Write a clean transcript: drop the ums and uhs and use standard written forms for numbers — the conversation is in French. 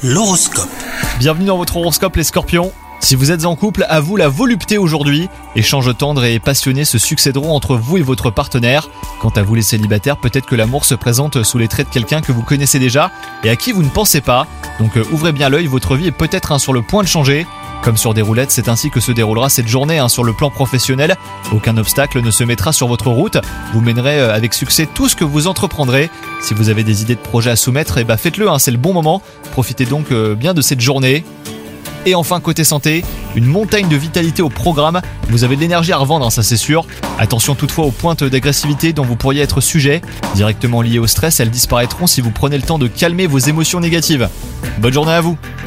L'horoscope. Bienvenue dans votre horoscope les scorpions. Si vous êtes en couple, à vous la volupté aujourd'hui. Échanges tendres et passionnés se succéderont entre vous et votre partenaire. Quant à vous les célibataires, peut-être que l'amour se présente sous les traits de quelqu'un que vous connaissez déjà et à qui vous ne pensez pas. Donc ouvrez bien l'œil, votre vie est peut-être sur le point de changer. Comme sur des roulettes, c'est ainsi que se déroulera cette journée sur le plan professionnel. Aucun obstacle ne se mettra sur votre route. Vous mènerez avec succès tout ce que vous entreprendrez. Si vous avez des idées de projets à soumettre, faites-le, c'est le bon moment. Profitez donc bien de cette journée. Et enfin, côté santé, une montagne de vitalité au programme. Vous avez de l'énergie à revendre, ça c'est sûr. Attention toutefois aux pointes d'agressivité dont vous pourriez être sujet. Directement liées au stress, elles disparaîtront si vous prenez le temps de calmer vos émotions négatives. Bonne journée à vous!